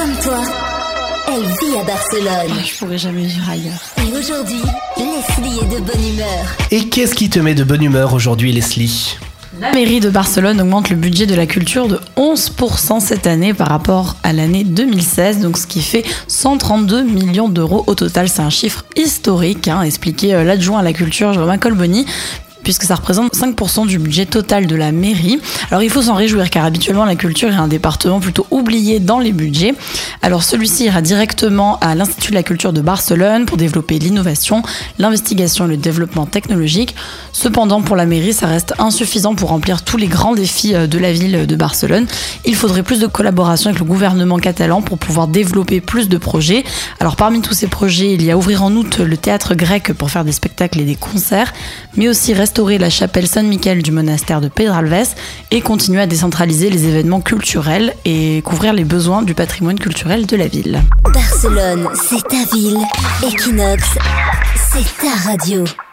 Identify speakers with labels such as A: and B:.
A: comme toi, elle vit à Barcelone.
B: Je pourrais jamais vivre ailleurs.
A: Et aujourd'hui, Leslie est de bonne humeur.
C: Et qu'est-ce qui te met de bonne humeur aujourd'hui, Leslie ?
B: La mairie de Barcelone augmente le budget de la culture de 11% cette année par rapport à l'année 2016, donc ce qui fait 132 millions d'euros au total. C'est un chiffre historique, expliqué l'adjoint à la culture, Jérôme Colboni, puisque ça représente 5% du budget total de la mairie. Alors il faut s'en réjouir car habituellement la culture est un département plutôt oublié dans les budgets. Alors celui-ci ira directement à l'Institut de la culture de Barcelone pour développer l'innovation, l'investigation et le développement technologique. Cependant pour la mairie ça reste insuffisant pour remplir tous les grands défis de la ville de Barcelone. Il faudrait plus de collaboration avec le gouvernement catalan pour pouvoir développer plus de projets. Alors parmi tous ces projets, il y a ouvrir en août le théâtre grec pour faire des spectacles et des concerts, mais aussi restaurer la chapelle Saint-Michel du monastère de Pedralbes et continuer à décentraliser les événements culturels et couvrir les besoins du patrimoine culturel de la ville.
A: Barcelone, c'est ta ville. Equinox, c'est ta radio.